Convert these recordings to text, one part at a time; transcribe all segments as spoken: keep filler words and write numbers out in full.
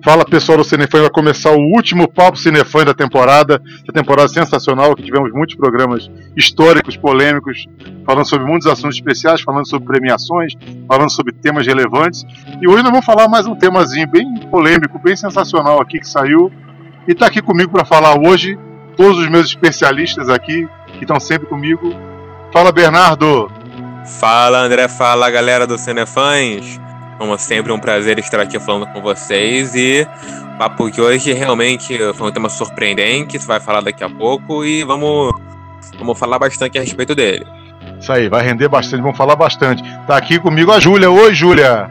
Fala pessoal do Cinefã, vai começar o último Papo Cinefã da temporada, essa temporada sensacional, que tivemos muitos programas históricos, polêmicos, falando sobre muitos assuntos especiais, falando sobre premiações, falando sobre temas relevantes. E hoje nós vamos falar mais um temazinho bem polêmico, bem sensacional aqui que saiu. E está aqui comigo para falar hoje todos os meus especialistas aqui, que estão sempre comigo. Fala, Bernardo! Fala, André, fala, galera do Cinefãs. Como sempre, um prazer estar aqui falando com vocês. E o papo de hoje realmente foi um tema surpreendente, você vai falar daqui a pouco e vamos, vamos falar bastante a respeito dele. Isso aí, vai render bastante, vamos falar bastante. Tá aqui comigo a Júlia. Oi, Júlia!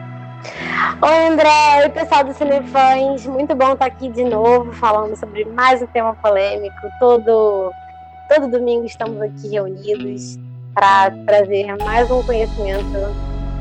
Oi, André, oi pessoal do Cinefãs, muito bom estar aqui de novo falando sobre mais um tema polêmico. Todo, todo domingo estamos aqui reunidos para trazer mais um conhecimento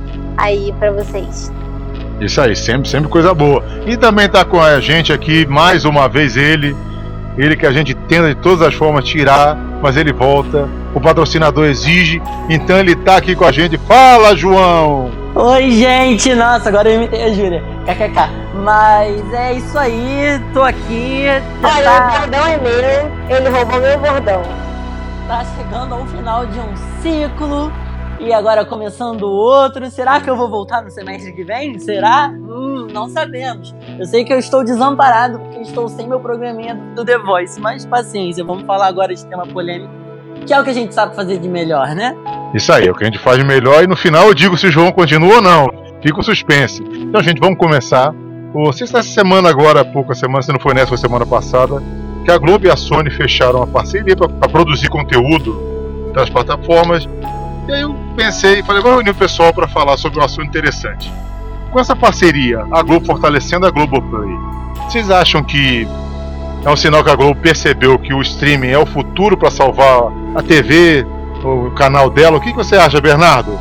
aí para vocês. Isso aí, sempre, sempre coisa boa. E também tá com a gente aqui, mais uma vez ele, ele que a gente tenta de todas as formas tirar, mas ele volta, o patrocinador exige, então ele tá aqui com a gente. Fala, João! Oi, gente! Nossa, agora eu imitei a Júlia. K K K. Mas é isso aí, tô aqui. Olha, tá... o bordão é meu, ele roubou meu bordão. Tá chegando ao final de um ciclo e agora começando outro. Será que eu vou voltar no semestre que vem? Será? Hum, não sabemos. Eu sei que eu estou desamparado porque estou sem meu programinha do The Voice, mas paciência, vamos falar agora de tema polêmico, que é o que a gente sabe fazer de melhor, né? Isso aí, é o que a gente faz de melhor e no final eu digo se o João continua ou não. Fica o suspense. Então, gente, vamos começar. Você está essa semana agora, pouca semana, se não foi nessa, foi semana passada, que a Globo e a Sony fecharam uma parceria para produzir conteúdo das plataformas. E aí eu pensei e falei, vamos reunir o pessoal para falar sobre um assunto interessante. Com essa parceria, a Globo fortalecendo a Globoplay, vocês acham que é um sinal que a Globo percebeu que o streaming é o futuro para salvar a T V, o canal dela? O que você acha, Bernardo?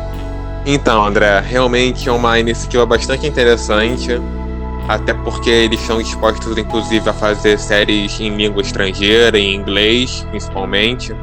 Então, André, realmente é uma iniciativa bastante interessante, até porque eles estão dispostos, inclusive, a fazer séries em língua estrangeira, em inglês, principalmente.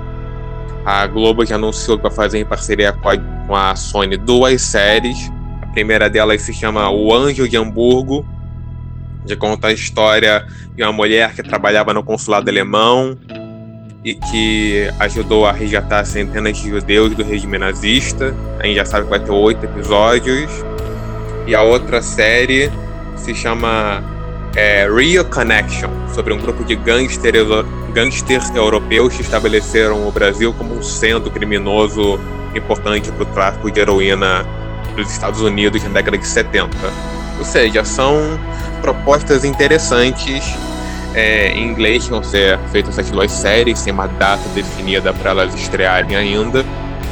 A Globo já anunciou que vai fazer em parceria com a, com a Sony duas séries. A primeira delas se chama O Anjo de Hamburgo, que conta a história de uma mulher que trabalhava no consulado alemão e que ajudou a resgatar centenas de judeus do regime nazista. A gente já sabe que vai ter oito episódios. E a outra série se chama é, Real Connection, sobre um grupo de gangsters, gangsters europeus que estabeleceram o Brasil como um centro criminoso importante para o tráfico de heroína dos Estados Unidos na década de setenta. Ou seja, são propostas interessantes. É, em inglês vão ser feitas essas duas séries, sem uma data definida para elas estrearem ainda.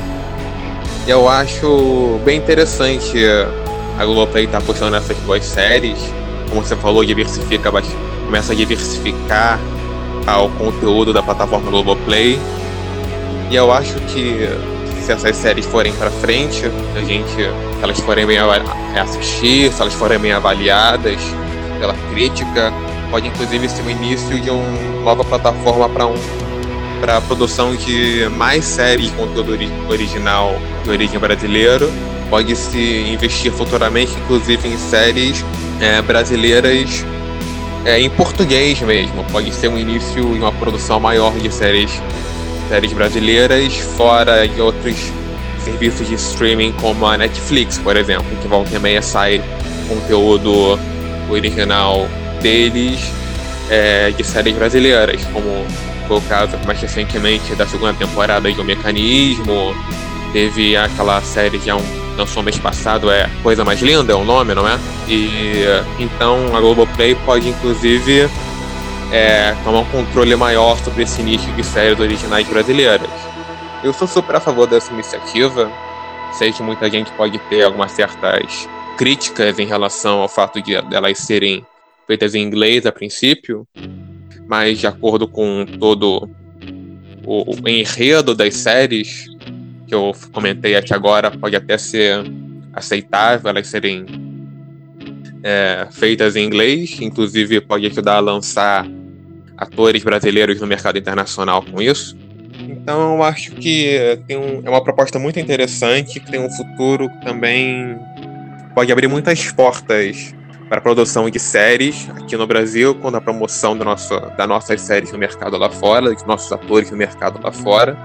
Eu acho bem interessante a Globoplay estar apostando nessas duas séries. Como você falou, diversifica, começa a diversificar o conteúdo da plataforma Globoplay. E eu acho que se essas séries forem para frente, a gente, se elas forem bem assistir, se elas forem bem avaliadas pela crítica, pode inclusive ser o início de uma nova plataforma para um, para a produção de mais séries de conteúdo ori- original de origem brasileira. Pode-se investir futuramente, inclusive, em séries é, brasileiras é, em português mesmo. Pode ser um início de uma produção maior de séries, séries brasileiras, fora de outros serviços de streaming como a Netflix, por exemplo, que vão também sair conteúdo original deles é, de séries brasileiras, como foi o caso mais recentemente da segunda temporada de O Mecanismo. Teve aquela série que é um, lançou mês passado, é Coisa Mais Linda, é o nome, não é? E então a Globoplay pode inclusive é, tomar um controle maior sobre esse nicho de séries originais brasileiras. Eu sou super a favor dessa iniciativa. Sei que muita gente pode ter algumas certas críticas em relação ao fato de elas serem feitas em inglês a princípio, mas de acordo com todo o, o enredo das séries que eu comentei aqui agora, pode até ser aceitável elas serem é, feitas em inglês, inclusive pode ajudar a lançar atores brasileiros no mercado internacional com isso. Então eu acho que tem um, é uma proposta muito interessante, que tem um futuro que também pode abrir muitas portas para a produção de séries aqui no Brasil, quanto à promoção do nosso, das nossas séries no mercado lá fora, dos nossos atores no mercado lá fora.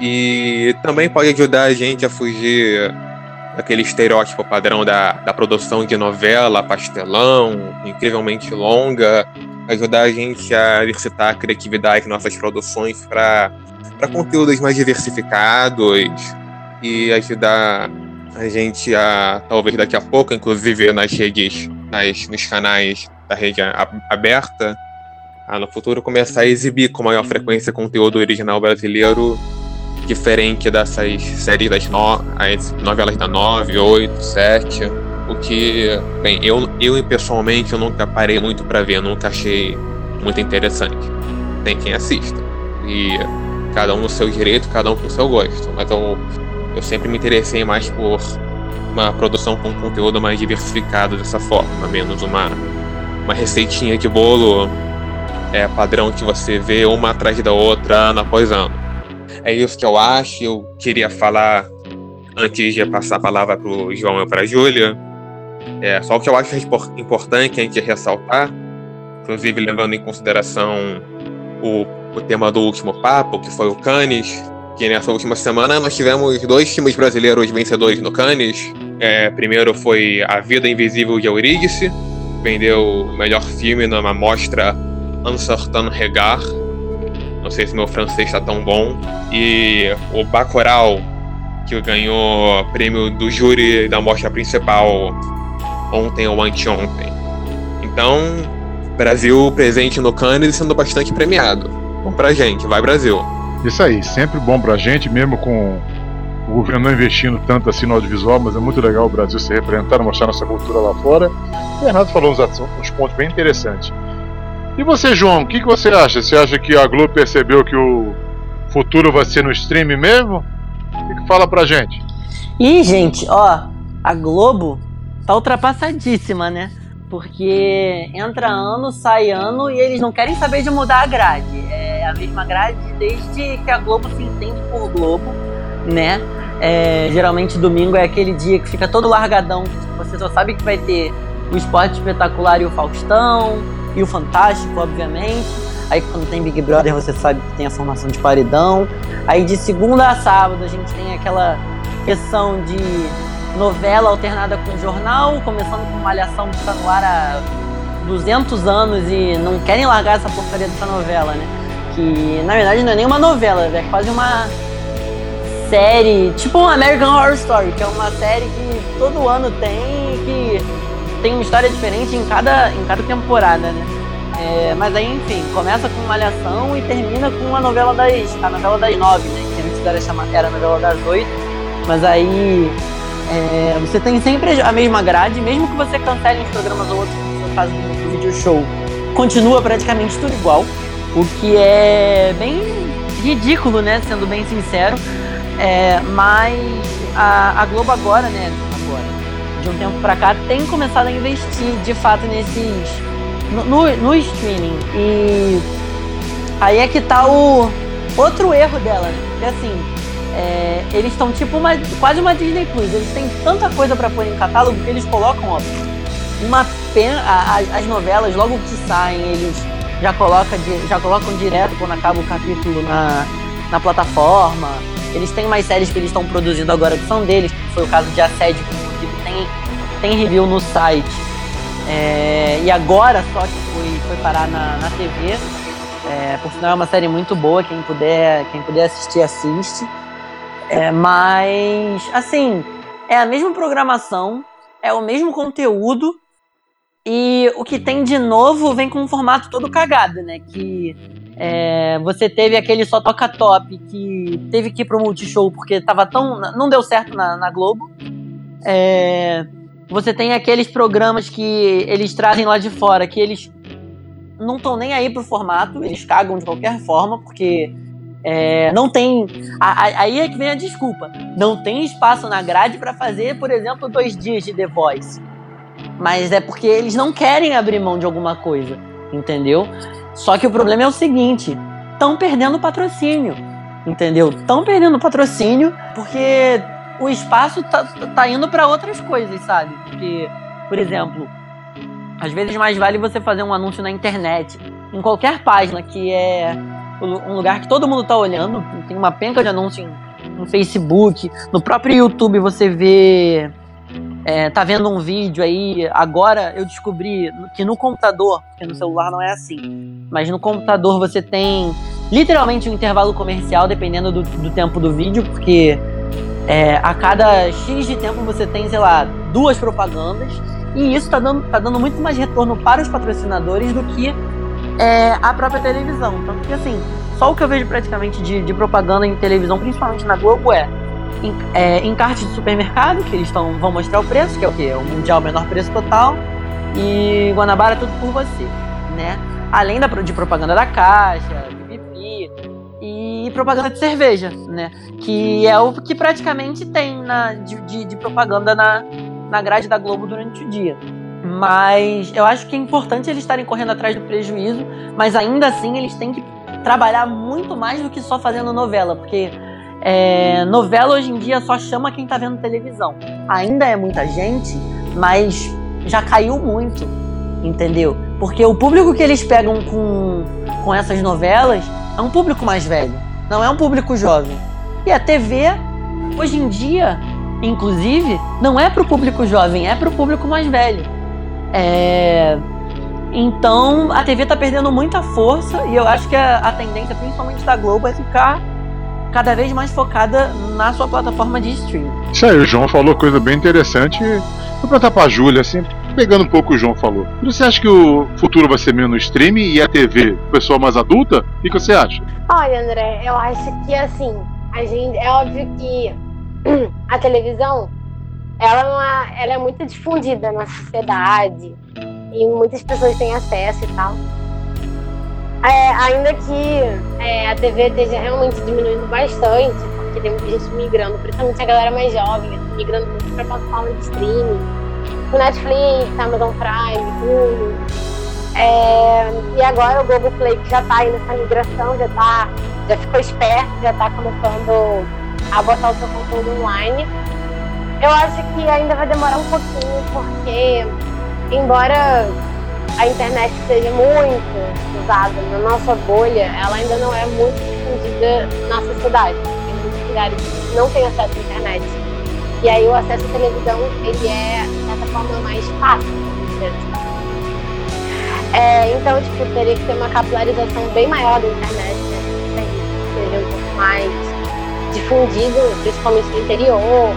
E também pode ajudar a gente a fugir daquele estereótipo padrão da, da produção de novela, pastelão, incrivelmente longa, ajudar a gente a exercitar a criatividade em nossas produções para conteúdos mais diversificados e ajudar a gente a, talvez daqui a pouco, inclusive nas redes, nas, nos canais da rede aberta, a, no futuro começar a exibir com maior frequência conteúdo original brasileiro diferente dessas séries das no, as novelas da nove, oito, sete, o que, bem, eu, eu pessoalmente eu nunca parei muito para ver, nunca achei muito interessante. Tem quem assista, e cada um no seu direito, cada um com o seu gosto, mas eu, eu sempre me interessei mais por uma produção com conteúdo mais diversificado dessa forma, menos uma, uma receitinha de bolo é, padrão que você vê uma atrás da outra, ano após ano. É isso que eu acho. Eu queria falar, antes de passar a palavra para o João e para a Júlia, é, só o que eu acho importante a gente ressaltar, inclusive levando em consideração o, o tema do último papo, que foi o Cannes, que nessa última semana nós tivemos dois filmes brasileiros vencedores no Cannes. É, primeiro foi A Vida Invisível de Eurídice, vendeu o melhor filme numa mostra Un Certain Regard. Não sei se meu francês está tão bom. E o Bacurau, que ganhou prêmio do júri da mostra principal ontem ou anteontem. Então, Brasil presente no Cannes e sendo bastante premiado. Bom pra gente, vai Brasil. Isso aí, sempre bom pra gente, mesmo com o governo não investindo tanto assim no audiovisual, mas é muito legal o Brasil se representar, mostrar nossa cultura lá fora. O Renato falou uns, uns pontos bem interessantes. E você, João, o que, que você acha? Você acha que a Globo percebeu que o futuro vai ser no streaming mesmo? O que, que fala pra gente? Ih, gente, ó, a Globo tá ultrapassadíssima, né? Porque entra ano, sai ano e eles não querem saber de mudar a grade. É a mesma grade desde que a Globo se entende por Globo, né? É, geralmente domingo é aquele dia que fica todo largadão, que você só sabe que vai ter o Esporte Espetacular e o Faustão, e o Fantástico, obviamente. Aí quando tem Big Brother você sabe que tem a formação de paredão. Aí de segunda a sábado a gente tem aquela questão de novela alternada com jornal, começando com Malhação que está no ar há duzentos anos e não querem largar essa porcaria dessa novela, né? Que na verdade não é nem uma novela, é quase uma série, tipo um American Horror Story, que é uma série que todo ano tem e que tem uma história diferente em cada, em cada temporada, né? É, mas aí, enfim, começa com Malhação e termina com a novela das, a novela das nove, né? Que antes era, chama, era a novela das oito. Mas aí é, você tem sempre a mesma grade, mesmo que você cancele uns programas ou outros que você faz no vídeo show, continua praticamente tudo igual. O que é bem ridículo, né? Sendo bem sincero. É, mas a, a Globo agora, né? Agora. De um tempo pra cá, tem começado a investir de fato nesses no, no, no streaming. E aí é que tá o outro erro dela, né? Porque assim, é, eles estão tipo uma, quase uma Disney Plus. Eles têm tanta coisa pra pôr em catálogo que eles colocam, ó, uma pena. A, a, as novelas, logo que saem, eles já, coloca, já colocam direto quando acaba o capítulo na, na plataforma. Eles têm mais séries que eles estão produzindo agora que são deles, que foi o caso de Assédio, que inclusive tem, tem review no site. É, e agora só que foi, foi parar na, na T V. É, por sinal é uma série muito boa, quem puder, quem puder assistir, assiste. É, mas, assim, é a mesma programação, é o mesmo conteúdo, e o que tem de novo vem com um formato todo cagado, né? Que é, você teve aquele Só Toca Top, que teve que ir pro Multishow porque tava tão, não deu certo na, na Globo. É, você tem aqueles programas que eles trazem lá de fora, que eles não estão nem aí pro formato, eles cagam de qualquer forma, porque é, não tem... A, a, aí é que vem a desculpa. Não tem espaço na grade pra fazer, por exemplo, dois dias de The Voice. Mas é porque eles não querem abrir mão de alguma coisa, entendeu? Só que o problema é o seguinte, estão perdendo patrocínio, entendeu? Estão perdendo patrocínio porque o espaço tá, tá indo para outras coisas, sabe? Porque, por exemplo, às vezes mais vale você fazer um anúncio na internet, em qualquer página, que é um lugar que todo mundo tá olhando. Tem uma penca de anúncio em, no Facebook, no próprio YouTube você vê... É, tá vendo um vídeo aí, agora eu descobri que no computador, porque no celular não é assim, mas no computador você tem literalmente um intervalo comercial, dependendo do, do tempo do vídeo, porque é, a cada X de tempo você tem, sei lá, duas propagandas, e isso tá dando, tá dando muito mais retorno para os patrocinadores do que é, a própria televisão. Então, porque assim, só o que eu vejo praticamente de, de propaganda em televisão, principalmente na Globo, é Em, é, encarte de supermercado, que eles tão, vão mostrar o preço, que é o quê? O mundial menor preço total, e Guanabara tudo por você, né? Além da, de propaganda da Caixa, pipipi, e propaganda de cerveja, né? Que é o que praticamente tem na, de, de, de propaganda na, na grade da Globo durante o dia. Mas eu acho que é importante eles estarem correndo atrás do prejuízo, mas ainda assim eles têm que trabalhar muito mais do que só fazendo novela, porque É, novela hoje em dia só chama quem tá vendo televisão. Ainda é muita gente, mas já caiu muito, entendeu? Porque o público que eles pegam com, com essas novelas é um público mais velho, não é um público jovem. E a T V, hoje em dia, inclusive, não é pro público jovem, é pro público mais velho. É... Então a T V tá perdendo muita força, e eu acho que a, a tendência, principalmente da Globo, é ficar cada vez mais focada na sua plataforma de streaming. Isso aí, o João falou coisa bem interessante. Vou perguntar pra Júlia, assim, pegando um pouco o que o João falou. Você acha que o futuro vai ser meio no streaming e a T V, pessoa mais adulta? O que você acha? Olha, André, eu acho que, assim, a gente, é óbvio que a televisão, ela, é uma, ela é muito difundida na sociedade e muitas pessoas têm acesso e tal. É, ainda que é, a T V esteja realmente diminuindo bastante, porque tem muita gente migrando, principalmente a galera mais jovem, assim, migrando muito para plataforma de streaming, o Netflix, Amazon Prime, Hulu. É, e agora o Globoplay, que já está aí nessa migração, já, tá, já ficou esperto, já está começando a botar o seu conteúdo online. Eu acho que ainda vai demorar um pouquinho, porque embora a internet seja muito usada na nossa bolha, ela ainda não é muito difundida na sociedade. Tem muitos lugares que não têm acesso à internet. E aí o acesso à televisão, ele é, de certa forma, mais fácil. É, então, tipo, teria que ter uma capilarização bem maior da internet, né? Que seja um pouco mais difundido, principalmente no interior.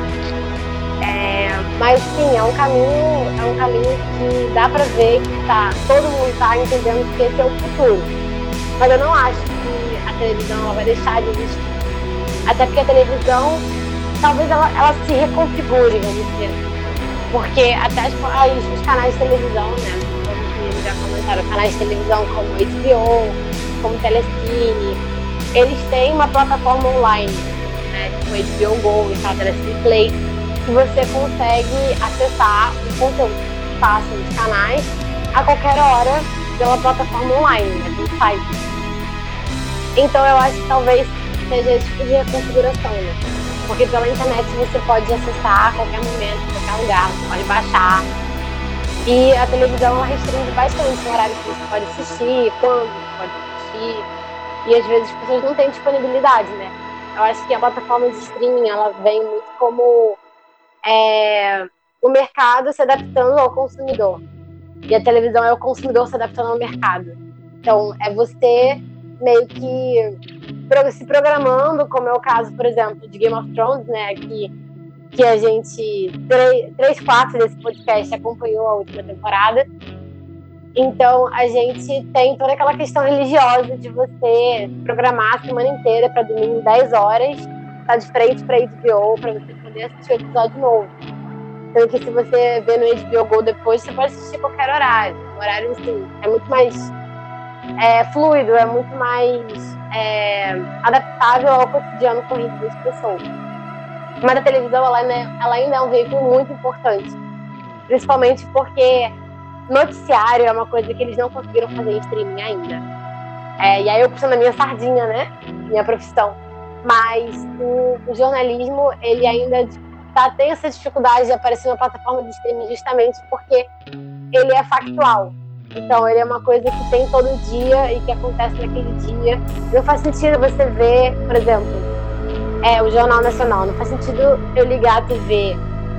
É, mas sim, é um caminho, é um caminho que dá pra ver que tá, todo mundo tá entendendo que esse é o futuro. Mas eu não acho que a televisão ela vai deixar de existir. Até porque a televisão, talvez ela, ela se reconfigure, vamos dizer. Porque até as, as, os canais de televisão, né? Como vocês já comentaram, canais de televisão como H B O, como Telecine, eles têm uma plataforma online, né? Tipo H B O Go e tal, Telecine Play, que você consegue acessar o conteúdo fácil dos canais a qualquer hora pela plataforma online, né, do site. Então eu acho que talvez seja esse tipo de reconfiguração, né? Porque pela internet você pode acessar a qualquer momento, em qualquer lugar, você pode baixar. E a televisão ela restringe bastante o horário que você pode assistir, quando você pode assistir. E às vezes as pessoas não têm disponibilidade, né? Eu acho que a plataforma de streaming ela vem muito como É, o mercado se adaptando ao consumidor. E a televisão é o consumidor se adaptando ao mercado. Então, é você meio que se programando, como é o caso, por exemplo, de Game of Thrones, né? Que, que a gente, três quartos desse podcast acompanhou a última temporada. Então, a gente tem toda aquela questão religiosa de você programar a semana inteira para domingo, dez horas, tá de frente para H B O, para você poder assistir o episódio novo. Então que se você vê no H B O Go depois, você pode assistir qualquer horário. O horário, assim, é muito mais é, fluido, é muito mais é, adaptável ao cotidiano corrido das pessoas. Mas a televisão, ela, né, ela ainda é um veículo muito importante. Principalmente porque noticiário é uma coisa que eles não conseguiram fazer em streaming ainda. É, e aí eu puxando a minha sardinha, né? Minha profissão. Mas o, o jornalismo, ele ainda tá, tem essa dificuldade de aparecer na plataforma de streaming justamente porque ele é factual. Então, ele é uma coisa que tem todo dia e que acontece naquele dia. Não faz sentido você ver, por exemplo, é, o Jornal Nacional. Não faz sentido eu ligar a T V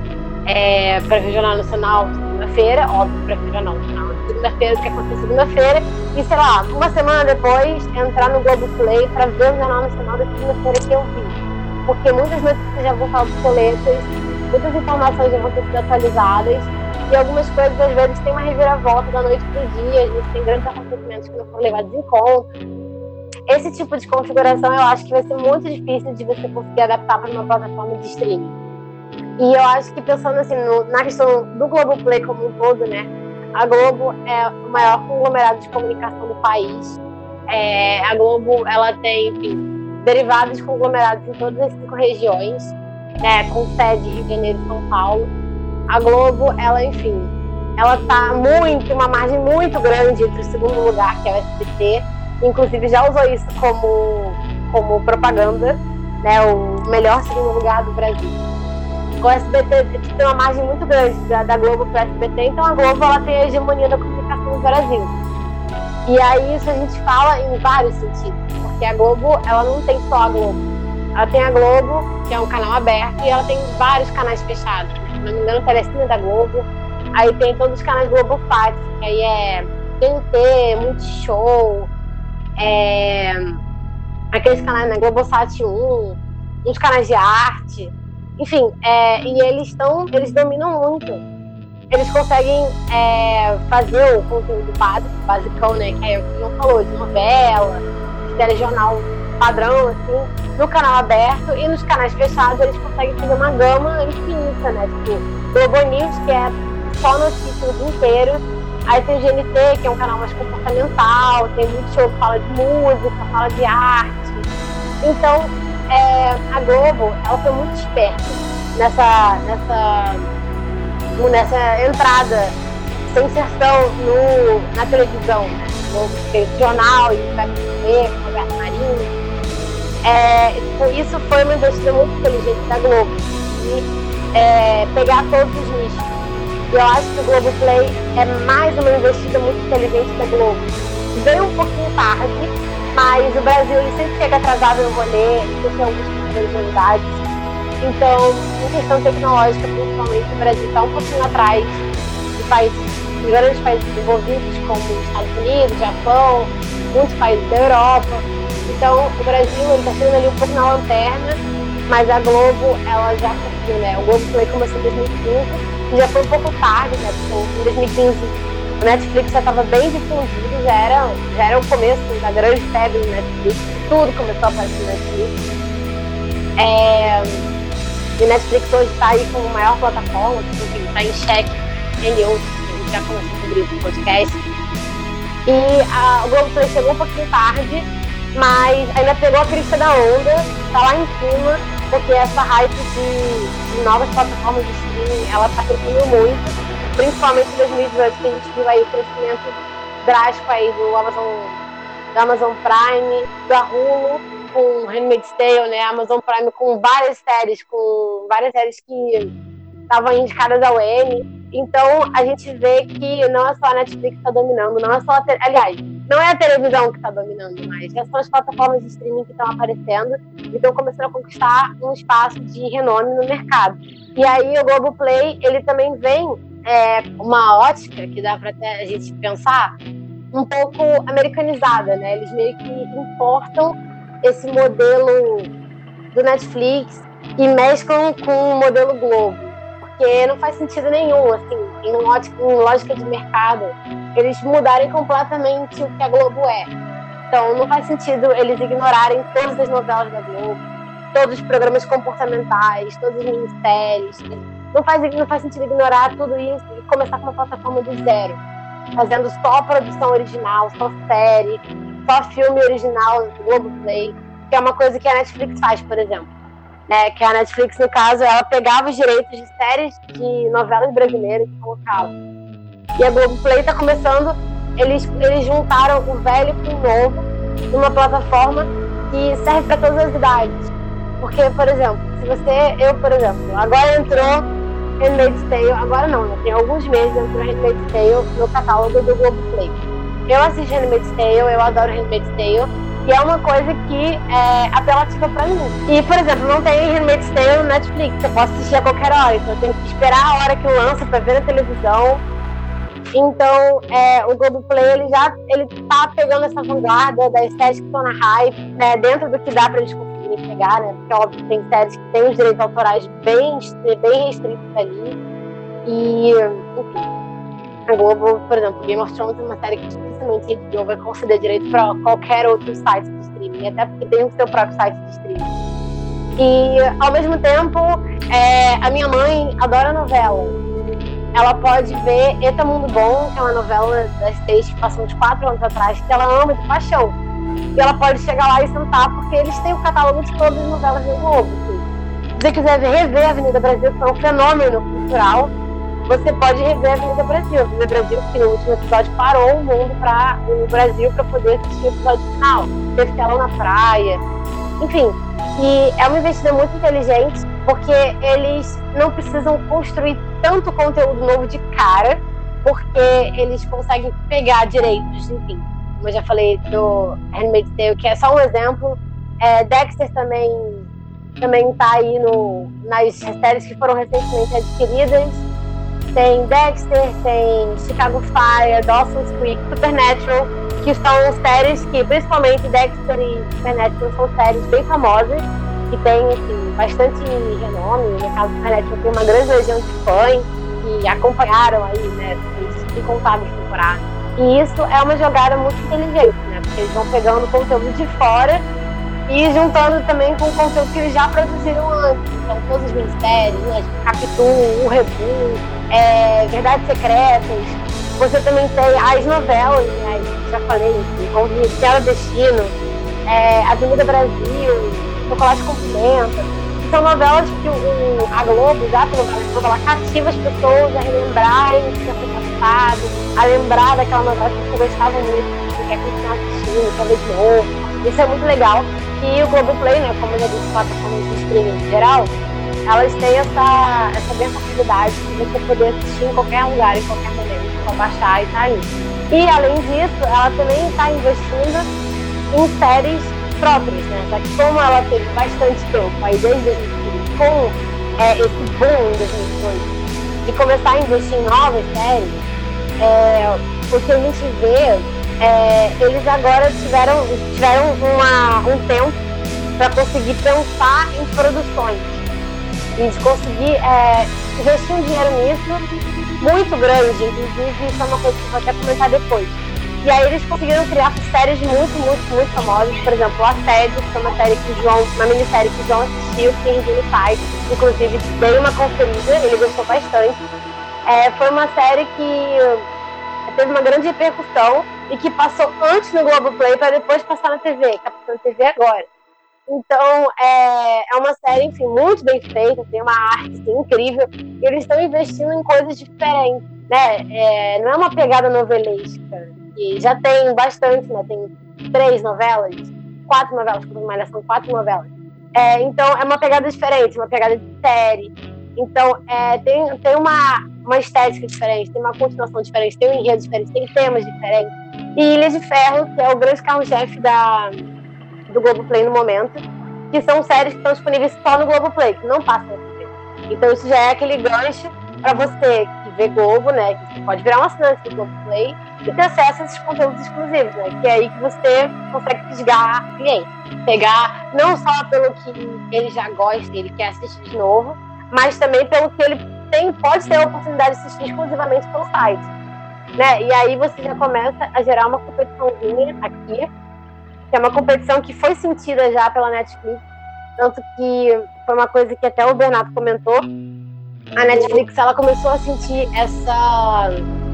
é, para ver o Jornal Nacional segunda-feira, óbvio, para ver o Jornal Nacional segunda-feira, o que aconteceu segunda-feira, e sei lá, uma semana depois, entrar no Globoplay para ver o Jornal Nacional da segunda-feira que eu vi. Porque muitas notícias já vão estar obsoletas, muitas informações já vão ter sido atualizadas, e algumas coisas, às vezes, tem uma reviravolta da noite para o dia, às vezes tem grandes acontecimentos que não foram levados em conta. Esse tipo de configuração eu acho que vai ser muito difícil de você conseguir adaptar para uma plataforma de streaming. E eu acho que, pensando assim, no, na questão do Globoplay como um todo, né, a Globo é o maior conglomerado de comunicação do país. É, a Globo, ela tem, enfim, derivados conglomerados em todas as cinco regiões, né, com sede em Rio de Janeiro e São Paulo. A Globo, ela, enfim, ela tá muito, uma margem muito grande entre o segundo lugar, que é o S B T, inclusive já usou isso como, como propaganda, né, o melhor segundo lugar do Brasil. O S B T tem uma margem muito grande da, da Globo para o S B T, então a Globo, ela tem a hegemonia da comunicação no Brasil. E aí isso a gente fala em vários sentidos, porque a Globo, ela não tem só a Globo. Ela tem a Globo, que é um canal aberto, e ela tem vários canais fechados. Se não me engano, o Telecine da Globo. Aí tem todos os canais Globo Fácil, que aí é T N T, Multishow, é... aqueles canais, né, Globosat um, uns canais de arte. Enfim, é... e eles estão, eles dominam muito. Eles conseguem é, fazer o conteúdo básico, basicão, né, que é o que não falou, de novela, de telejornal padrão, assim, no canal aberto, e nos canais fechados eles conseguem fazer uma gama infinita, né, tipo, Globo News, que é só notícia o dia inteiro, aí tem o G N T, que é um canal mais comportamental, tem muito show que fala de música, fala de arte. Então, é, a Globo, ela foi muito esperta nessa, nessa, nessa entrada, essa inserção no, na televisão, né, no, fez jornal, e vai T V, com o Roberto Marinho. É, isso foi uma investida muito inteligente da Globo, de é, pegar todos os nichos. E eu acho que o Globoplay é mais uma investida muito inteligente da Globo. Veio um pouquinho tarde, mas o Brasil ele sempre chega atrasado no rolê, sempre tem algumas personalidades. Então, em questão tecnológica, principalmente, o Brasil está um pouquinho atrás de países, de grandes países desenvolvidos, como os Estados Unidos, Japão, muitos países da Europa. Então, o Brasil está chegando ali um pouco na lanterna, mas a Globo, ela já conseguiu, né? O Globoplay começou em dois mil e quinze, e já foi um pouco tarde, né? Porque em dois mil e quinze o Netflix já estava bem difundido, já era, já era o começo da grande febre do Netflix, tudo começou a aparecer no Netflix. É, e o Netflix hoje está aí como a maior plataforma, enfim, está em xeque, N outros, a gente já conversou sobre isso no podcast. E a, o Globoplay chegou um pouquinho tarde, mas ainda pegou a crista da onda, tá lá em cima, porque essa hype de, de novas plataformas de streaming, ela tá crescendo muito, principalmente em dois mil e dezoito, que a gente viu aí o crescimento drástico aí do Amazon, do Amazon Prime, da Hulu, com Handmaid's Tale, né, Amazon Prime com várias séries, com várias séries que estavam indicadas ao Emmy. Então, a gente vê que não é só a Netflix que está dominando, não é só a te... aliás, não é a televisão que está dominando mais, são as plataformas de streaming que estão aparecendo e estão começando a conquistar um espaço de renome no mercado. E aí o Globoplay, ele também vem é, uma ótica que dá para a gente pensar um pouco americanizada, né? Eles meio que importam esse modelo do Netflix e mesclam com o modelo Globo. Porque não faz sentido nenhum, assim, em, ótica, em lógica de mercado, eles mudarem completamente o que a Globo é. Então, não faz sentido eles ignorarem todas as novelas da Globo, todos os programas comportamentais, todos os ministérios. Não faz, não faz sentido ignorar tudo isso e começar com uma plataforma do zero, fazendo só produção original, só série, só filme original do Globoplay, que é uma coisa que a Netflix faz, por exemplo. Né, que a Netflix, no caso, ela pegava os direitos de séries de novelas brasileiras e colocava. E a Globoplay está começando, eles, eles juntaram o velho com o novo numa plataforma que serve para todas as idades. Porque, por exemplo, se você, eu, por exemplo, agora entrou Handmaid's Tale, agora não, né? Tem alguns meses entrou Handmaid's Tale no catálogo do Globoplay. Eu assisto Handmaid's Tale, eu adoro Handmaid's Tale, e é uma coisa que é apelativa pra mim. E, por exemplo, não tem Handmaid's Tale no Netflix, eu posso assistir a qualquer hora, então eu tenho que esperar a hora que lança pra ver na televisão. Então, é, o Globoplay, ele já ele tá pegando essa vanguarda da estética que tá na hype, né, dentro do que dá pra eles conseguirem pegar, né, porque óbvio que tem séries que tem os direitos autorais bem, bem restritos ali, e, enfim, a Globo, por exemplo, Game of Thrones é uma série que dificilmente a H B O vai conceder direito pra qualquer outro site de streaming, até porque tem o seu próprio site de streaming. E, ao mesmo tempo, é, a minha mãe adora novela. Ela pode ver Eta Mundo Bom, que é uma novela das três que passou uns quatro anos atrás, que ela ama de paixão. E ela pode chegar lá e sentar, porque eles têm o catálogo de todas as novelas do Globo. Se você quiser rever a Avenida Brasil, que é um fenômeno cultural, você pode rever a Avenida Brasil. A Avenida Brasil, que no último episódio parou o mundo para o Brasil para poder assistir o episódio final. Teve telão na praia. Enfim, e é uma investida muito inteligente, porque eles não precisam construir tanto conteúdo novo de cara, porque eles conseguem pegar direitos, enfim, como eu já falei do Handmaid's Tale, que é só um exemplo. É, Dexter também também tá aí no, nas séries que foram recentemente adquiridas. Tem Dexter, tem Chicago Fire, Dawson's Creek, Supernatural, que são séries que, principalmente Dexter e Supernatural, são séries bem famosas, que tem, assim, bastante renome. No caso do Supernatural tem uma grande legião de fãs que acompanharam aí, né, incontáveis temporadas. E isso é uma jogada muito inteligente, né, porque eles vão pegando conteúdo de fora e juntando também com o conteúdo que eles já produziram antes. Então, todos os mistérios, né, Capitu, o Rebu, é, Verdades Secretas. Você também tem as novelas, né, já falei, como Mistério Destino, é, Avenida Brasil, Chocolate com Pimenta. São novelas que o, a Globo, já pelo Globo, ela cativa as pessoas a relembrarem o que já foi passado, a lembrar daquela novela que você gostava muito, que quer continuar assistindo, quer ver de novo. Isso é muito legal. E o Globoplay, né, como eu já disse, plataformas de streaming em geral, elas têm essa, essa versatilidade de você poder assistir em qualquer lugar, em qualquer momento, só baixar e tá aí. E, além disso, ela também está investindo em séries próprias, né? Só que como ela teve bastante tempo, aí desde dois mil e quinze, com é, esse boom em dois mil e dezoito, de começar a investir em novas séries, é, o que a gente vê, é, eles agora tiveram, tiveram uma, um tempo para conseguir pensar em produções. E de conseguir é, investir um dinheiro nisso muito grande, inclusive isso é uma coisa que eu vou até comentar depois. E aí eles conseguiram criar séries muito, muito, muito famosas. Por exemplo, Assédio, que é uma série que o João, uma minissérie que o João assistiu, que tem no site, inclusive dei uma conferida, ele gostou bastante. É, foi uma série que teve uma grande repercussão e que passou antes no Globoplay para depois passar na T V, que está passando na T V agora. Então, é, é uma série, enfim, muito bem feita, tem uma arte assim, incrível, e eles estão investindo em coisas diferentes, né? É, não é uma pegada novelesca, e já tem bastante, né? Tem três novelas, quatro novelas, por mais são quatro novelas. É, então, é uma pegada diferente, uma pegada de série. Então, é, tem, tem uma, uma estética diferente, tem uma continuação diferente, tem um enredo diferente, tem temas diferentes. E Ilha de Ferro, que é o grande carro-chefe da... do Globoplay no momento, que são séries que estão disponíveis só no Globoplay, que não passam na T V. Então isso já é aquele gancho para você que vê Globo, né, que você pode virar um assinante do Globoplay e ter acesso a esses conteúdos exclusivos, né, que é aí que você consegue fisgar cliente. Pegar não só pelo que ele já gosta, ele quer assistir de novo, mas também pelo que ele tem, pode ter a oportunidade de assistir exclusivamente pelo site. Né? E aí você já começa a gerar uma competiçãozinha aqui, que é uma competição que foi sentida já pela Netflix, tanto que foi uma coisa que até o Bernardo comentou. A Netflix, ela começou a sentir essa,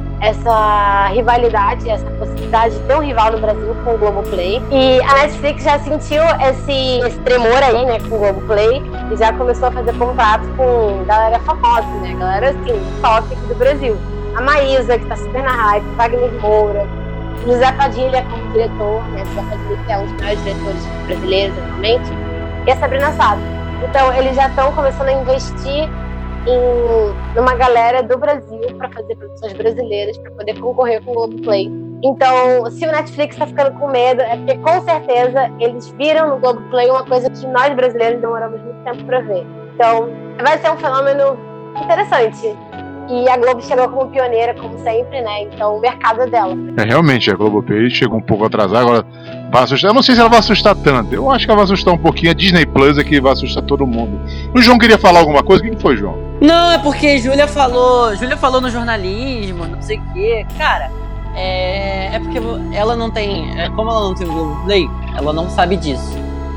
essa rivalidade, essa possibilidade de ter um rival no Brasil com o Globoplay. E a Netflix já sentiu esse, esse tremor aí, né, com o Globoplay, e já começou a fazer contato com galera famosa, né, galera, assim, top aqui do Brasil. A Maísa, que tá super na hype, Wagner Moura, José Padilha como diretor, né? José Padilha, que é um dos maiores diretores brasileiros atualmente, e a Sabrina Sato. Então, eles já estão começando a investir em numa galera do Brasil para fazer produções brasileiras, para poder concorrer com o Globoplay. Então, se o Netflix está ficando com medo, é porque com certeza eles viram no Globoplay uma coisa que nós brasileiros demoramos muito tempo para ver. Então, vai ser um fenômeno interessante. E a Globo chegou como pioneira, como sempre, né? Então o mercado é dela. É, realmente, a Globoplay chegou um pouco atrasada, agora vai assustar. Eu não sei se ela vai assustar tanto. Eu acho que ela vai assustar um pouquinho. A Disney Plus é que vai assustar todo mundo. O João queria falar alguma coisa? O que foi, João? Não, é porque Júlia falou. Júlia falou no jornalismo, não sei o quê. Cara, é. É porque ela não tem. Como ela não tem o Globoplay, ela não sabe disso.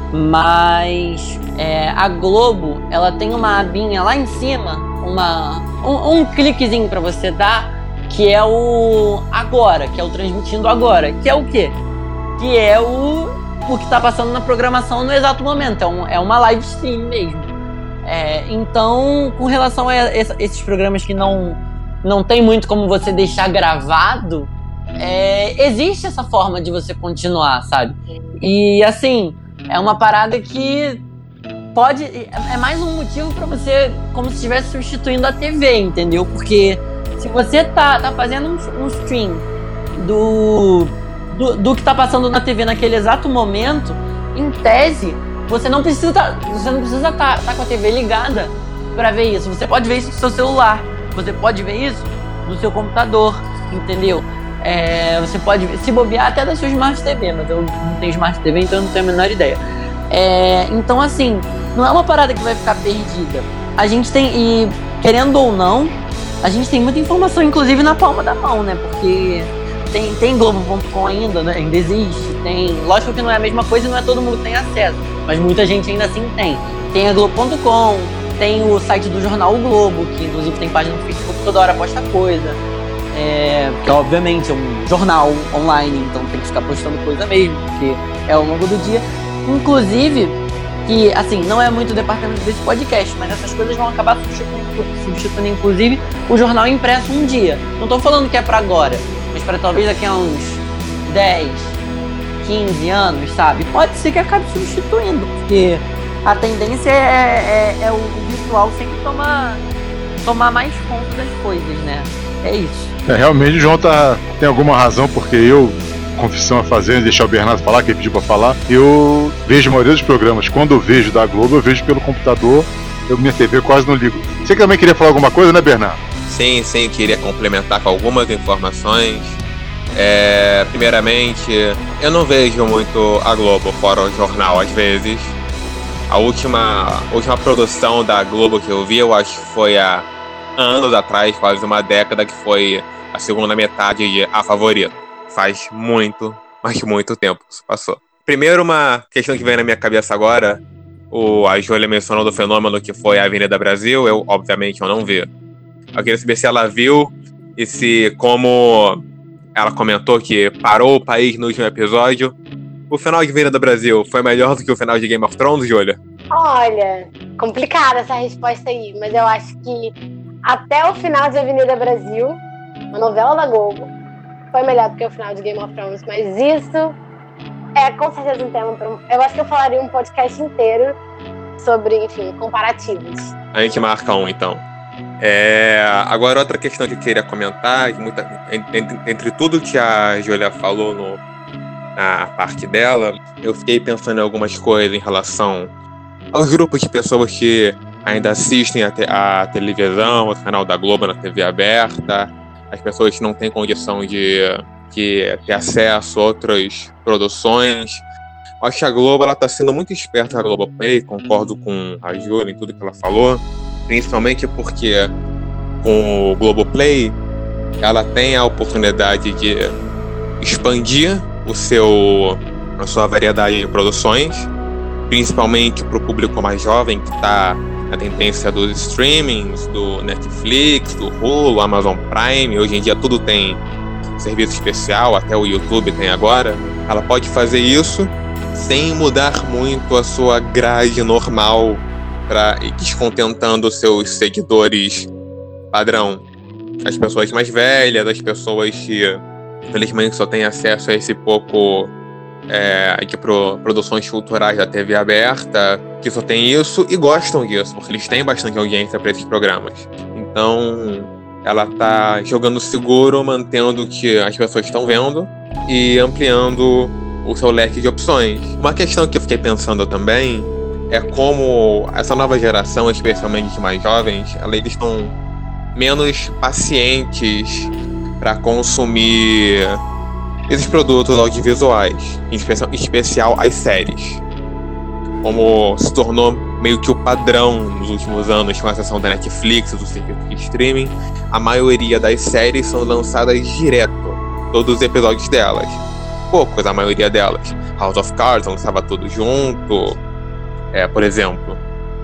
Mas é, a Globo, ela tem uma abinha lá em cima, uma, um, um cliquezinho pra você dar, que é o agora, que é o transmitindo agora, que é o quê? Que é o, o que tá passando na programação no exato momento, é, um, é uma live stream mesmo. É, então, com relação a esses programas que não, não tem muito como você deixar gravado, é, existe essa forma de você continuar, sabe? E assim, é uma parada que pode... É mais um motivo pra você... Como se estivesse substituindo a T V, entendeu? Porque se você tá, tá fazendo um, um stream do, do, do que tá passando na T V naquele exato momento, em tese, você não precisa tá, você não precisa tá, tá com a T V ligada pra ver isso. Você pode ver isso no seu celular. Você pode ver isso no seu computador, entendeu? É, você pode se bobear até da sua Smart T V, mas eu não tenho Smart T V, então eu não tenho a menor ideia. É, então, assim, não é uma parada que vai ficar perdida. A gente tem, e querendo ou não, a gente tem muita informação, inclusive na palma da mão, né? Porque tem, tem Globo ponto com ainda, né? Ainda existe. Tem, lógico que não é a mesma coisa e não é todo mundo que tem acesso, mas muita gente ainda assim tem. Tem a Globo ponto com, tem o site do jornal O Globo, que inclusive tem página no Facebook que toda hora posta coisa. É, que obviamente é um jornal online, então tem que ficar postando coisa mesmo, porque é ao longo do dia. Inclusive, que assim, não é muito o departamento desse podcast, mas essas coisas vão acabar substituindo, substituindo inclusive o jornal impresso um dia. Não tô falando que é pra agora, mas pra talvez daqui a uns dez, quinze anos, sabe? Pode ser que acabe substituindo, porque a tendência é, é, é o visual sempre tomar, tomar mais conta das coisas, né? É isso. É, realmente o João tá, tem alguma razão, porque eu, confissão a fazer, deixar o Bernardo falar, que ele pediu pra falar, eu vejo a maioria dos programas, quando eu vejo da Globo, eu vejo pelo computador, eu minha T V quase não ligo. Você também queria falar alguma coisa, né, Bernardo? Sim, sim, queria complementar com algumas informações. É, primeiramente, eu não vejo muito a Globo fora o jornal às vezes. A última, a última produção da Globo que eu vi, eu acho que foi há anos atrás, quase uma década, que foi a segunda metade de A Favorita. Faz muito, mas muito tempo que isso passou. Primeiro, uma questão que vem na minha cabeça agora, o, a Júlia mencionou do fenômeno que foi a Avenida Brasil, eu, obviamente, eu não vi. Eu queria saber se ela viu e se, como ela comentou que parou o país no último episódio, o final de Avenida Brasil foi melhor do que o final de Game of Thrones, Júlia? Olha, complicada essa resposta aí, mas eu acho que até o final de Avenida Brasil, uma novela da Globo, foi melhor do que o final de Game of Thrones, mas isso é com certeza um tema para um... Eu acho que eu falaria um podcast inteiro sobre, enfim, comparativos. A gente marca um, então. É... Agora, outra questão que eu queria comentar, muita... entre, entre tudo que a Júlia falou no... na parte dela, eu fiquei pensando em algumas coisas em relação aos grupos de pessoas que ainda assistem a, te- a televisão, o canal da Globo na T V aberta, as pessoas que não têm condição de, de ter acesso a outras produções. Eu acho que a Globo está sendo muito esperta, a Globoplay, concordo com a Júlia em tudo que ela falou, principalmente porque com o Globoplay ela tem a oportunidade de expandir o seu, a sua variedade de produções, principalmente para o público mais jovem que está na tendência dos streamings, do Netflix, do Hulu, Amazon Prime. Hoje em dia tudo tem serviço especial, até o YouTube tem agora. Ela pode fazer isso sem mudar muito a sua grade normal para ir descontentando os seus seguidores padrão. As pessoas mais velhas, as pessoas que infelizmente só têm acesso a esse pouco é, de pro, produções culturais da T V aberta, que só tem isso e gostam disso, porque eles têm bastante audiência para esses programas. Então, ela tá jogando seguro, mantendo o que as pessoas estão vendo e ampliando o seu leque de opções. Uma questão que eu fiquei pensando também é como essa nova geração, especialmente os mais jovens, eles estão menos pacientes para consumir esses produtos audiovisuais, em especial, em especial as séries. Como se tornou meio que o padrão nos últimos anos, com a exceção da Netflix, do serviço de streaming, a maioria das séries são lançadas direto, todos os episódios delas. Poucos, a maioria delas. House of Cards lançava tudo junto, é, por exemplo.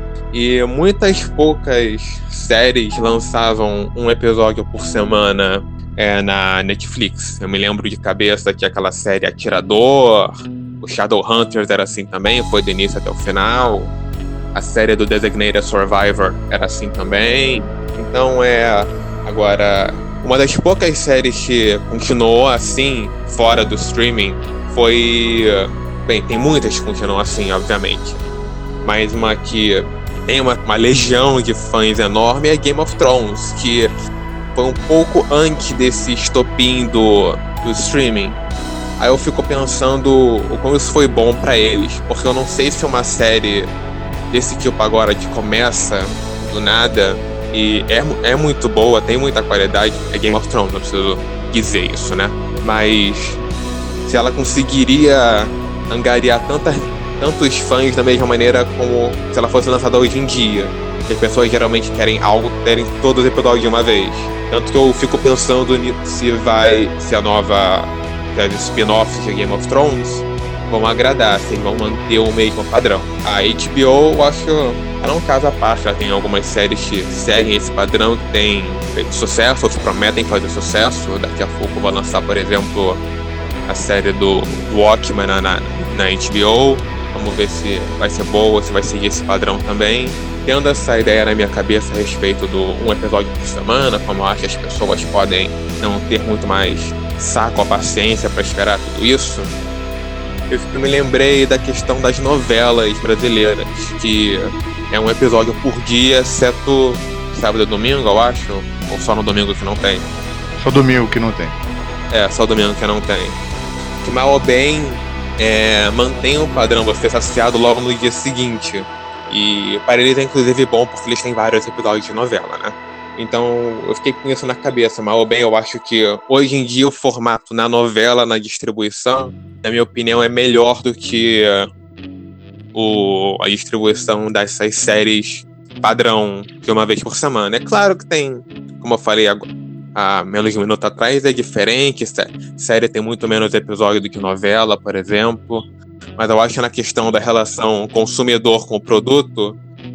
E muitas poucas séries lançavam um episódio por semana é, na Netflix. Eu me lembro de cabeça que aquela série Atirador, o Shadowhunters era assim também, foi do início até o final. A série do Designated Survivor era assim também. Então é... Agora, uma das poucas séries que continuou assim, fora do streaming, foi... Bem, tem muitas que continuam assim, obviamente. Mas uma que tem uma, uma legião de fãs enorme é Game of Thrones, que foi um pouco antes desse estopim do, do streaming. Aí eu fico pensando o como isso foi bom pra eles, porque eu não sei se uma série desse tipo agora que começa do nada e é, é muito boa, tem muita qualidade, é Game of Thrones, não preciso dizer isso, né? Mas se ela conseguiria angariar tanta, tantos fãs da mesma maneira como se ela fosse lançada hoje em dia, que as pessoas geralmente querem algo, querem todos os episódios de uma vez. Tanto que eu fico pensando se vai, se a nova, se as spin-offs de Game of Thrones vão agradar, se vão manter o mesmo padrão. A H B O, eu acho, ela é um caso à parte, ela tem algumas séries que seguem esse padrão, que tem feito sucesso, ou se prometem fazer sucesso. Daqui a pouco vai lançar, por exemplo, a série do Watchmen na, na, na H B O. Vamos ver se vai ser boa, se vai seguir esse padrão também. Tendo essa ideia na minha cabeça a respeito do um episódio por semana, como eu acho que as pessoas podem não ter muito mais saco ou paciência para esperar tudo isso, eu me lembrei da questão das novelas brasileiras, que é um episódio por dia, exceto sábado e domingo, eu acho, ou só no domingo que não tem. Só domingo que não tem. É, só domingo que não tem. Que mal ou bem é, mantém o padrão, você ser saciado logo no dia seguinte. E para eles é inclusive bom porque eles têm vários episódios de novela, né? Então eu fiquei com isso na cabeça, mal ou bem eu acho que hoje em dia o formato na novela, na distribuição, na minha opinião, é melhor do que o, a distribuição dessas séries padrão de uma vez por semana. É claro que tem, como eu falei há menos de um minuto atrás, é diferente, série tem muito menos episódio do que novela, por exemplo. Mas eu acho que na questão da relação consumidor com o produto,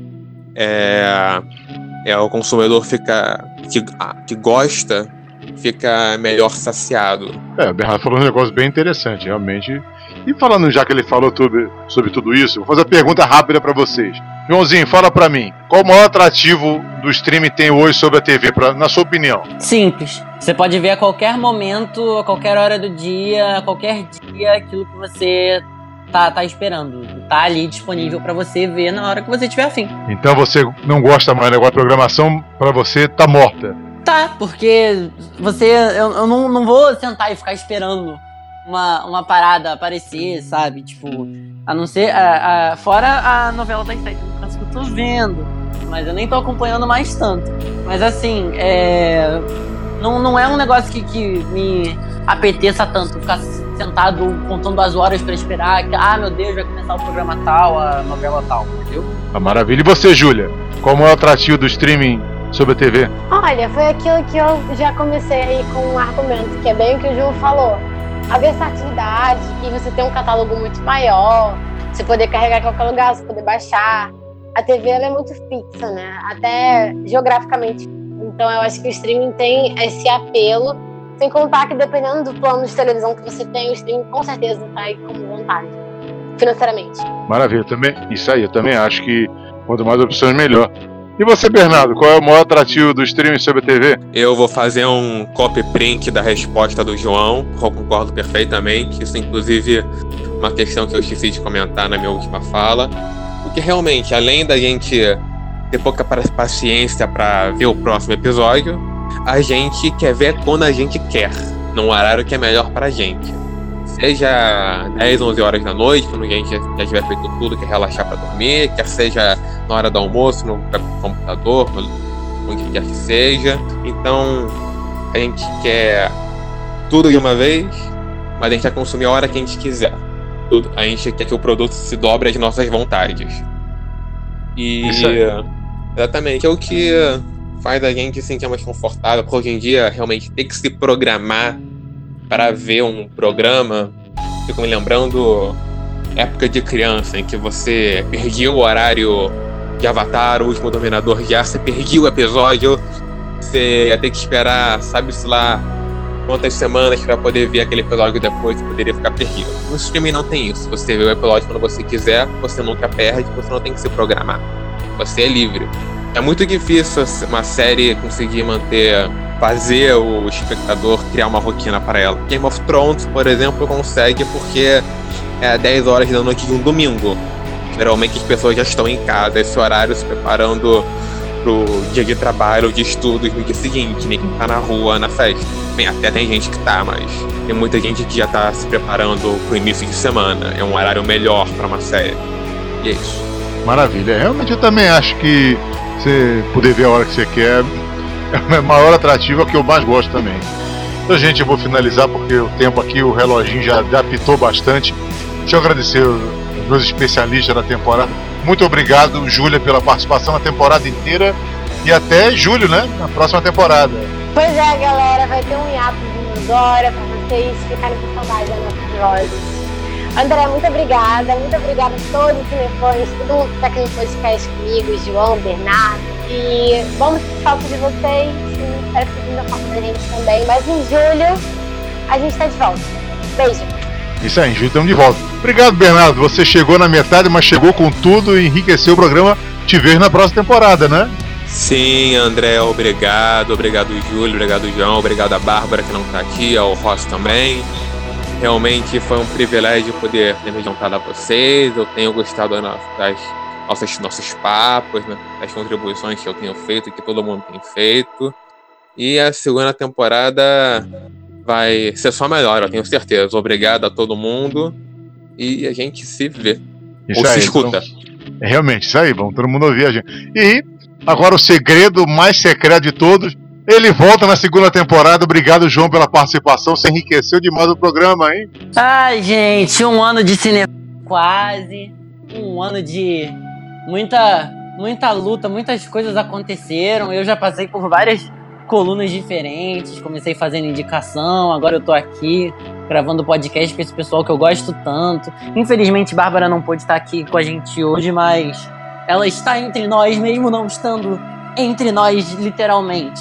é, é o consumidor fica, que, que gosta, fica melhor saciado. É, o Bernardo falou um negócio bem interessante, realmente. E falando, já que ele falou sobre, sobre tudo isso, vou fazer uma pergunta rápida pra vocês. Joãozinho, fala pra mim, qual o maior atrativo do streaming tem hoje sobre a T V, pra, na sua opinião? Simples. Você pode ver a qualquer momento, a qualquer hora do dia, a qualquer dia, aquilo que você tá, tá esperando. Tá ali disponível pra você ver na hora que você tiver afim. Então você não gosta mais, agora a programação pra você tá morta. Tá, porque você... Eu, eu não, não vou sentar e ficar esperando uma, uma parada aparecer, sabe? Tipo, a não ser... A, a, fora a novela das sete, que eu tô vendo, mas eu nem tô acompanhando mais tanto. Mas assim, é... Não, não é um negócio que, que me apeteça tanto, ficar sentado contando as horas pra esperar que, ah, meu Deus, vai começar o programa tal, a novela tal, entendeu? Ah, maravilha. E você, Júlia? Qual é o atrativo do streaming sobre a T V? Olha, foi aquilo que eu já comecei aí com um argumento, que é bem o que o João falou. A versatilidade, e você ter um catálogo muito maior, você poder carregar em qualquer lugar, você poder baixar. A T V, ela é muito fixa, né? Até geograficamente. Então eu acho que o streaming tem esse apelo, sem contar que dependendo do plano de televisão que você tem, o streaming com certeza tá aí como vantagem, financeiramente. Maravilha, também, isso aí, eu também acho que quanto mais opções melhor. E você, Bernardo, qual é o maior atrativo do streaming sobre a T V? Eu vou fazer um copy print da resposta do João, eu concordo perfeitamente. Isso, inclusive, uma questão que eu esqueci de comentar na minha última fala. Porque, realmente, além da gente ter pouca paciência para ver o próximo episódio, a gente quer ver quando a gente quer, num horário que é melhor pra gente. Seja dez, onze horas da noite, quando a gente já tiver feito tudo, quer relaxar pra dormir, quer seja na hora do almoço, no computador, onde quer que seja. Então, a gente quer tudo de uma vez, mas a gente vai consumir a hora que a gente quiser. Tudo. A gente quer que o produto se dobre às nossas vontades. E exatamente, é o que faz a gente se sentir mais confortável, porque hoje em dia realmente tem que se programar para ver um programa. Fico me lembrando época de criança, em que você perdia o horário de Avatar, o último Dominador já, você perdia o episódio, você ia ter que esperar, sabe-se lá quantas semanas para poder ver aquele episódio depois, você poderia ficar perdido. No streaming não tem isso, você vê o episódio quando você quiser, você nunca perde, você não tem que se programar, você é livre. É muito difícil uma série conseguir manter, fazer o espectador criar uma rotina para ela. Game of Thrones, por exemplo, consegue porque é dez horas da noite de um domingo. Geralmente as pessoas já estão em casa, esse horário, se preparando pro dia de trabalho, de estudos no dia seguinte. Ninguém tá na rua, na festa. Bem, até tem gente que tá, mas tem muita gente que já tá se preparando pro início de semana. É um horário melhor para uma série. E é isso. Maravilha. Realmente eu também acho que você poder ver a hora que você quer é o maior atrativo, é o que eu mais gosto também. Então, gente, eu vou finalizar porque o tempo aqui, o reloginho já, já apitou bastante. Deixa eu agradecer os meus especialistas da temporada. Muito obrigado, Júlia, pela participação na temporada inteira. E até julho, né? Na próxima temporada. Pois é, galera, vai ter um hiatozinho agora pra vocês ficarem com saudade dos nossos vozes. André, muito obrigada, muito obrigada a todos os cinefãs, todo mundo que está aqui no podcast comigo, João, Bernardo. E vamos sentir falta de vocês, e espero que vocês falta da gente também. Mas em julho, a gente está de volta. Beijo. Isso aí, em julho estamos de volta. Obrigado, Bernardo. Você chegou na metade, mas chegou com tudo e enriqueceu o programa. Te vejo na próxima temporada, né? Sim, André, obrigado. Obrigado, Júlio. Obrigado, João. Obrigado a Bárbara, que não está aqui, ao Ross também. Realmente foi um privilégio poder ter me juntado a vocês. Eu tenho gostado das nossas, nossos papos, né, das contribuições que eu tenho feito e que todo mundo tem feito. E a segunda temporada vai ser só melhor, eu tenho certeza. Obrigado a todo mundo e a gente se vê. Isso ou aí, se escuta. Então, é realmente, isso aí, vamos todo mundo ouvir a gente. E agora o segredo mais secreto de todos. Ele volta na segunda temporada. Obrigado, João, pela participação. Você enriqueceu demais o programa, hein? Ai, gente, um ano de cinema quase. Um ano de muita, muita luta, muitas coisas aconteceram. Eu já passei por várias colunas diferentes. Comecei fazendo indicação, agora eu tô aqui gravando podcast com esse pessoal que eu gosto tanto. Infelizmente, Bárbara não pôde estar aqui com a gente hoje, mas ela está entre nós, mesmo não estando entre nós, literalmente.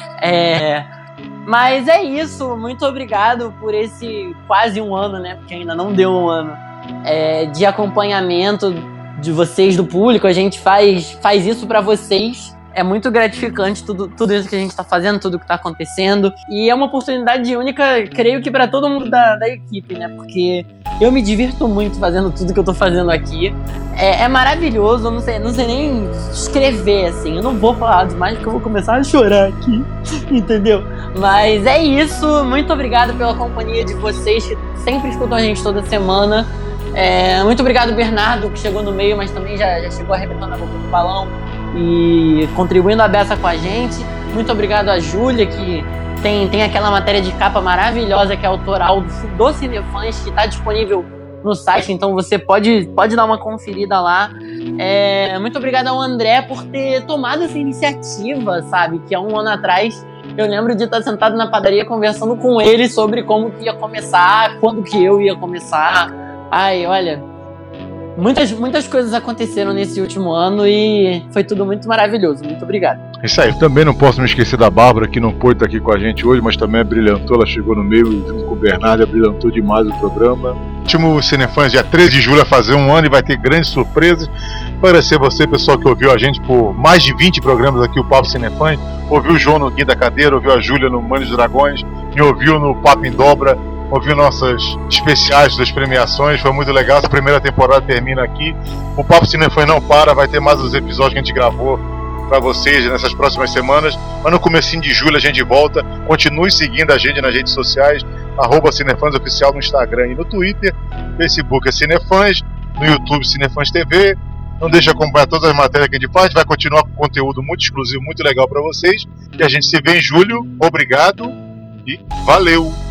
É, mas é isso, muito obrigado por esse quase um ano, né? Porque ainda não deu um ano é, de acompanhamento de vocês, do público. A gente faz, faz isso pra vocês. É muito gratificante tudo, tudo isso que a gente tá fazendo, tudo que tá acontecendo. E é uma oportunidade única, creio que pra todo mundo da, da equipe, né? Porque eu me divirto muito fazendo tudo que eu tô fazendo aqui. É, é maravilhoso, eu não sei, não sei nem escrever, assim. Eu não vou falar demais porque eu vou começar a chorar aqui, entendeu? Mas é isso, muito obrigado pela companhia de vocês que sempre escutam a gente toda semana. É, muito obrigado, Bernardo, que chegou no meio, mas também já, já chegou arrebentando a boca do balão e contribuindo a beça com a gente. Muito obrigado a Júlia, que tem, tem aquela matéria de capa maravilhosa que é autoral do, do Cinefãs, que está disponível no site, então você pode, pode dar uma conferida lá. É, muito obrigado ao André por ter tomado essa iniciativa, sabe? Que há um ano atrás eu lembro de estar sentado na padaria conversando com ele sobre como que ia começar, quando que eu ia começar. Ai, olha, muitas, muitas coisas aconteceram nesse último ano e foi tudo muito maravilhoso. Muito obrigado. Isso aí, também não posso me esquecer da Bárbara, que não pôde estar aqui com a gente hoje, mas também brilhantou, ela chegou no meio junto com o Bernardo, brilhantou demais o programa. Último Cinefãs, dia treze de julho, a fazer um ano e vai ter grandes surpresas. Agradecer você, pessoal, que ouviu a gente por mais de vinte programas aqui, o Papo Cinefãs. Ouviu o João no Guia da Cadeira, ouviu a Júlia no Mãe dos Dragões, me ouviu no Papo em Dobra, ouviu nossas especiais das premiações. Foi muito legal. Essa primeira temporada termina aqui. O Papo Cinefãs não para, vai ter mais uns episódios que a gente gravou para vocês nessas próximas semanas, mas no comecinho de julho a gente volta. Continue seguindo a gente nas redes sociais, arroba Cinefãs Oficial no Instagram e no Twitter. Facebook é Cinefãs, no YouTube Cinefãs T V. Não deixe de acompanhar todas as matérias que a gente faz, vai continuar com conteúdo muito exclusivo, muito legal para vocês, e a gente se vê em julho. Obrigado e valeu!